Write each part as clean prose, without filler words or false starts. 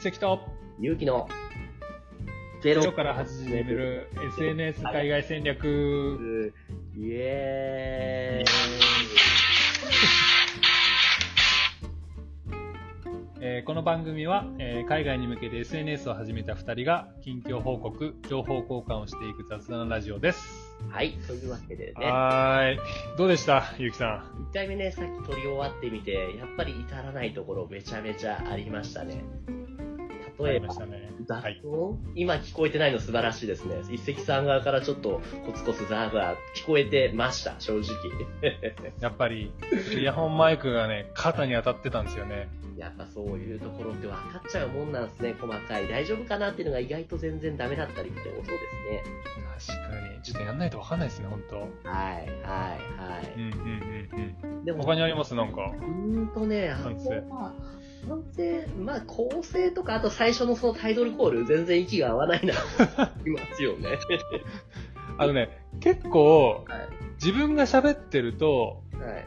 石と勇気のゼロから始める SNS 海外戦略。 イエーイ。 この番組は、海外に向けて SNS を始めた2人が近況報告、情報交換をしていく雑談ラジオです。 はい、というわけでね。 どうでしたゆうきさん。 1回目ね、さっき撮り終わってみて、やっぱり至らないところめちゃめちゃありましたね。例えば、雑音、今聞こえてないの素晴らしいですね。一石さん側からちょっとコツコツザーザー聞こえてました、正直。 やっぱり、イヤホンマイクがね、肩に当たってたんですよね。 やっぱそういうところって分かっちゃうもんなんですね、細かい。大丈夫かなっていうのが意外と全然ダメだったりってそうですね。 確かに。ちょっとやんないと分かんないですね、ほんと。 はい。 でも他にありますなんか。 反省。まあ構成とか、あと最初のそのタイトルコール、全然息が合わないな、いますよね。 結構、自分が喋ってると、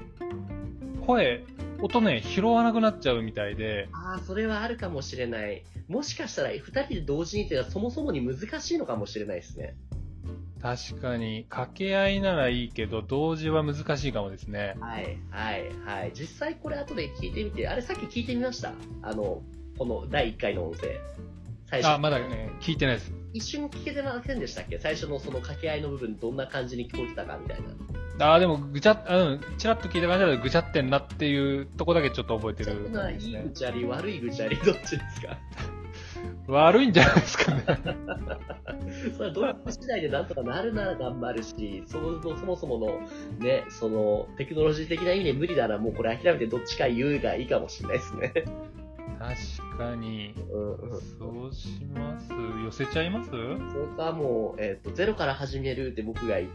音ね、拾わなくなっちゃうみたいで。 それはあるかもしれない。もしかしたら、二人で同時にっていうのはそもそもに難しいのかもしれないですね。 確かに、掛け合いならいいけど、同時は難しいかもですね。 はい。実際これ後で聞いてみて、あれさっき聞いてみました？この第1回の音声。 最初。まだね、聞いてないです。 一瞬聞けてませんでしたっけ？最初のその掛け合いの部分、どんな感じに聞こえてたかみたいな。 でも、チラッと聞いた感じだとぐちゃってんなっていうとこだけちょっと覚えてる、 ね。いいぐちゃり、悪いぐちゃり、どっちですか？ 悪いんじゃないですかね。 それは努力次第でなんとかなるなら頑張るし、そもそものね、そのテクノロジー的な意味で無理ならもうこれ諦めてどっちか言うがいいかもしれないですね。 確かに。そうします。寄せちゃいます？それかもう、ゼロから始めるって僕が言って、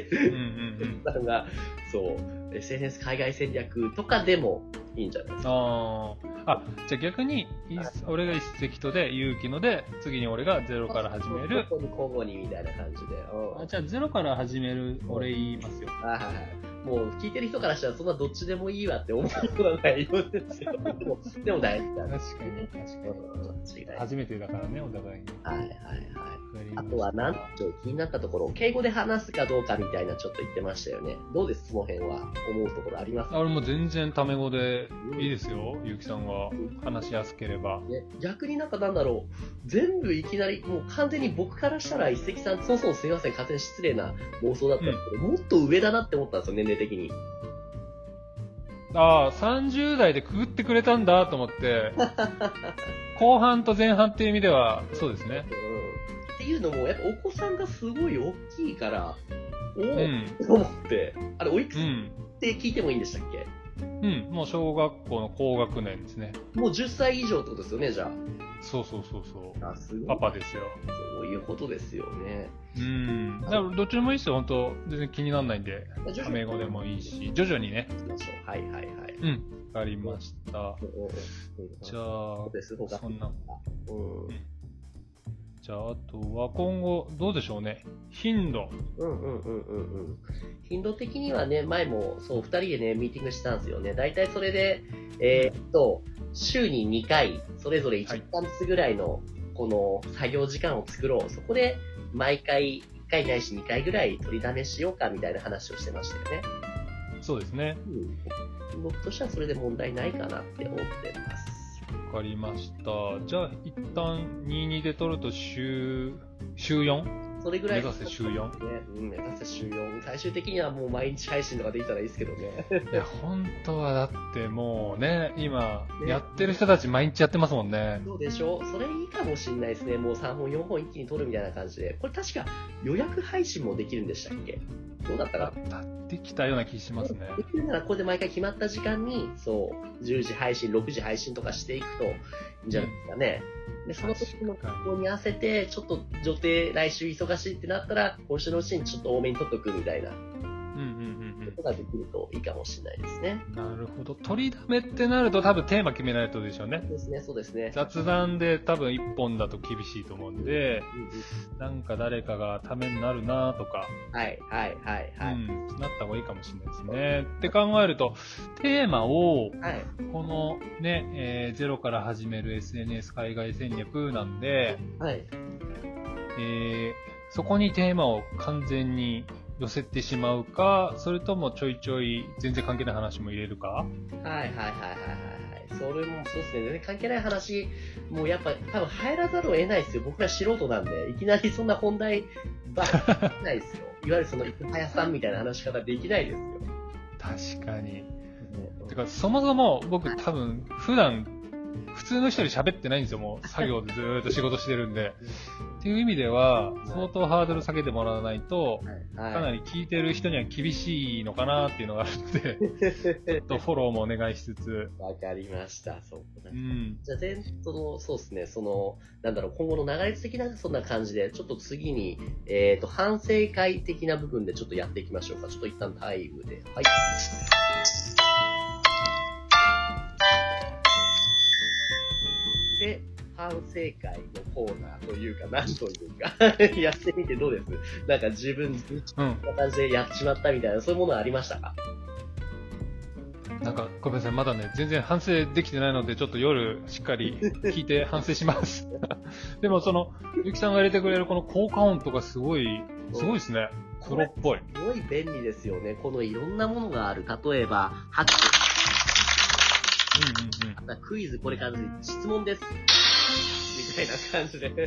さんが、そう、SNS 海外戦略とかでもいいんじゃないですか。 じゃあ逆に、俺が一石とで、勇気ので、次に俺がゼロから始める。 交互にみたいな感じで。 じゃあゼロから始める、俺言いますよ。 もう聞いてる人からしたらそんなどっちでもいいわって思うことはないようですよ。でも大事だね。 確かに。初めてだからね、お互いに。 あとはちょっと気になったところ、敬語で話すかどうかみたいなちょっと言ってましたよね。どうですその辺は思うところありますか？ 俺も全然タメ語でいいですよ、ゆうきさんが話しやすければ。 逆に全部いきなり、もう完全に僕からしたら一石さん、そもそもすみません、勝手に失礼な妄想だったんですけど、もっと上だなって思ったんですよ、年齢的に。 30代でくぐってくれたんだと思って、後半と前半っていう意味では、そうですね。 っていうのも、やっぱお子さんがすごい大きいから、と思って、おいくつって聞いてもいいんでしたっけ？ もう小学校の高学年ですね。 もう10歳以上ってことですよね、じゃあ。 そう。パパですよ。 そういうことですよね。 だからどっちでもいいですよ、本当全然気にならないんで。タメ語でもいいし、徐々にね。 はい。 わかりました。じゃあ、そんな。じゃあ、あとは今後、どうでしょうね。頻度。 頻度的にはね、前も、そう、2人でね、ミーティングしたんですよね。大体それで、週に2回、それぞれ1時間ずつぐらいの、この作業時間を作ろう。そこで、毎回1回ないし2回ぐらい取りだめしようか、みたいな話をしてましたよね。 そうですね。 僕としてはそれで問題ないかなって思ってます。 わかりました。じゃあ、一旦22で取ると週 4？ それぐらい。 目指せ週 4？ 目指せ週4。最終的にはもう毎日配信とかできたらいいですけどね。 いや、本当はだってもうね、今、やってる人たち毎日やってますもんね。 そうでしょ？それいいかもしれないですね。もう3本4本一気に撮るみたいな感じで。これ確か予約配信もできるんでしたっけ？どうだったかな？ できたような気しますね。 できるならこれで毎回決まった時間に、そう、10時配信、6時配信とかしていくといいんじゃないですかね。で、その時の格好に合わせて、ちょっと予定来週忙しいってなったら、今週のうちにちょっと多めに取っとくみたいな。ことができるといいかもしれないですね。 なるほど。取りだめってなると多分テーマ決めないとでしょうね。 そうですね。 雑談で多分1本だと厳しいと思うんで、なんか誰かがためになるなとか。 なった方方がいいかもしれないですね。って考えると、テーマを、 はい。 このね、ゼロから始める SNS 海外戦略なんで、 はい。 そこにテーマを完全に寄せてしまうか、それともちょいちょい全然関係ない話も入れるか。 はいはいはいはいはいはい。それもそうですね。全然関係ない話、もうやっぱ多分入らざるを得ないですよ。僕ら素人なんで、いきなりそんな本題ばっかりできないですよ。いわゆるその、池早さんみたいな話し方できないですよ。 確かに。てか、そもそも僕多分普段普通の人より喋ってないんですよ。もう作業でずーっと仕事してるんで。っていう意味では、相当ハードル下げてもらわないと、 はい。 かなり聞いてる人には厳しいのかなっていうのがあるので、ちょっとフォローもお願いしつつ。 わかりました。そううん。 じゃあ、そうですね、なんだろう、今後の流れ的な、そんな感じで、ちょっと次に、反省会的な部分でちょっとやっていきましょうか。ちょっと一旦タイムで。はい。で、反省会のコーナーというか、なんというか、やってみてどうですなんか自分、こんな感じでやっちまったみたいな、そういうものありましたか？ なんか、ごめんなさい、まだね、全然反省できてないので、ちょっと夜しっかり聞いて反省します。でも、ゆきさんが入れてくれるこの効果音とかすごいですね。プロっぽい。 すごい便利ですよね。このいろんなものがある。例えば、拍手。あとはクイズ、これから質問です。みたいな感じで。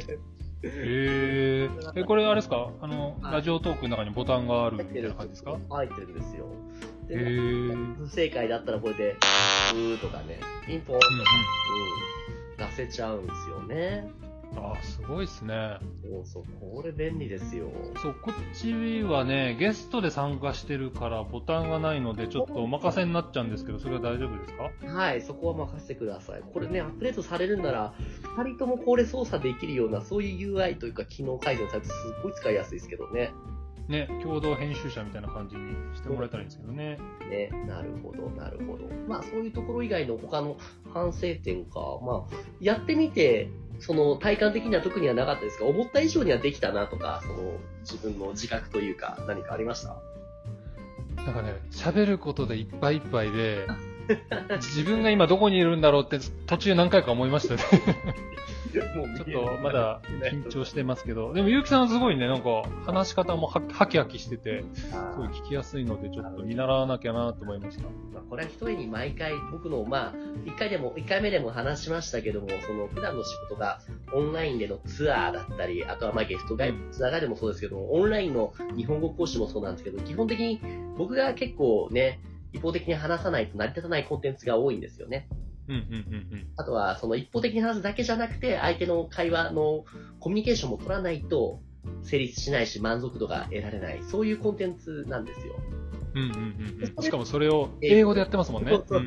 これあれですか？ラジオトークの中にボタンがあるみたいな感じですか？ 入ってるんですよ。で、不正解だったらこれで、とかね、ピンポンとか、出せちゃうんですよね。 ああ、すごいっすね。 そう、これ便利ですよ。 そう、こっちはね、ゲストで参加してるからボタンがないので、ちょっとお任せになっちゃうんですけど、それは大丈夫ですか？ はい、そこは任せてください。これね、アップデートされるんなら、二人ともこれ操作できるような、そういう UI というか機能改善されてすっごい使いやすいですけどね。 ね、共同編集者みたいな感じにしてもらえたらいいんですけどね。 ね、なるほど。まあ、そういうところ以外の他の反省点か。まあ、やってみて、体感的には特にはなかったですが、思った以上にはできたなとか、自分の自覚というか、何かありました？ なんかね、喋ることでいっぱいいっぱいで、自分が今どこにいるんだろうって途中何回か思いましたね。ちょっとまだ緊張してますけど、でもゆうきさんはすごいね、なんか話し方もハキハキしてて、すごい聞きやすいので、ちょっと見習わなきゃなと思いました。 これは一重に毎回僕の、1回目でも話しましたけども、普段の仕事がオンラインでのツアーだったり、あとはゲスト外部つながりもそうですけども、オンラインの日本語講師もそうなんですけど、基本的に僕が結構ね、一方的に話さないと成り立たないコンテンツが多いんですよね。あとは、一方的に話すだけじゃなくて、相手の会話のコミュニケーションも取らないと成立しないし、満足度が得られない。そういうコンテンツなんですよ。 しかもそれを英語でやってますもんね。 そう。す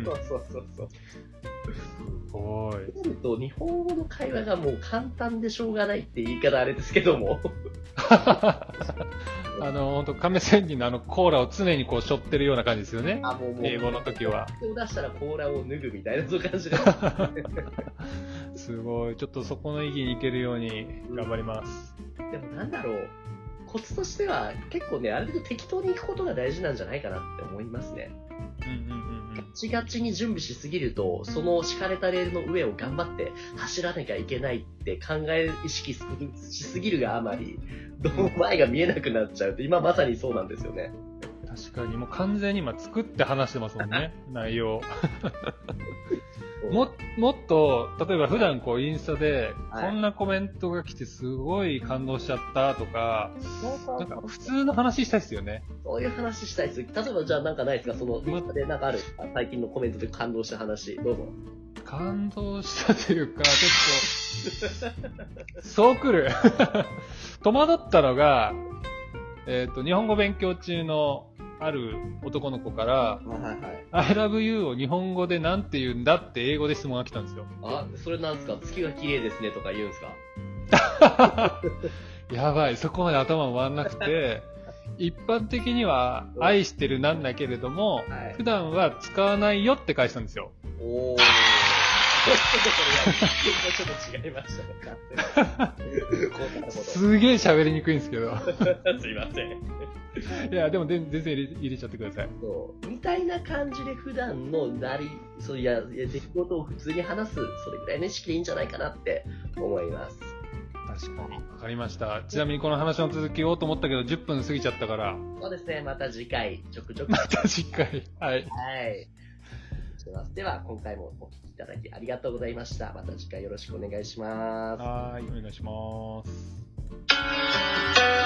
ごい。 日本語の会話がもう簡単でしょうがないって言い方あれですけども。 本当亀仙人のコーラを常にこう背負ってるような感じですよね。英語の時は。 手を出したらコーラを脱ぐみたいな、そういう感じで。 すごい。ちょっとそこの域に行けるように頑張ります。 でもなんだろう。コツとしては結構ね、ある程度適当に行くことが大事なんじゃないかなって思いますね。ガチガチに準備しすぎると、その敷かれたレールの上を頑張って走らなきゃいけないって意識しすぎるがあまり、どう前が見えなくなっちゃうって、今まさにそうなんですよね。 確かに、もう完全に今作って話してますもんね、内容。もっと、例えば普段インスタで、こんなコメントが来てすごい感動しちゃったとか、なんか普通の話したいですよね。 そういう話したいです。例えばじゃあなんかないですか、インスタでなんかある最近のコメントで感動した話、どうぞ。 感動したというか、ちょっと、そう来る。戸惑ったのが、日本語勉強中のある男の子から、I love you を日本語でなんて言うんだって英語で質問が来たんですよ。 それなんですか？月が綺麗ですねとか言うんですか？ やばい、そこまで頭回んなくて、一般的には愛してるなんだけれども、普段は使わないよって返したんですよ。 ちょっと違いましたね、 すげえ喋りにくいんですけど。 すいません。 いや、でも全然入れちゃってください。 そうみたいな感じで普段のそういや出来事を普通に話す、それぐらいの意識でいいんじゃないかなって思います。 確かに。わかりました。ちなみにこの話の続きをと思ったけど、10分過ぎちゃったから。 そうですね、また次回、ちょくちょく。 また次回。はい。 はい。では、今回もお聞きいただきありがとうございました。また次回よろしくお願いします。 はい、お願いします。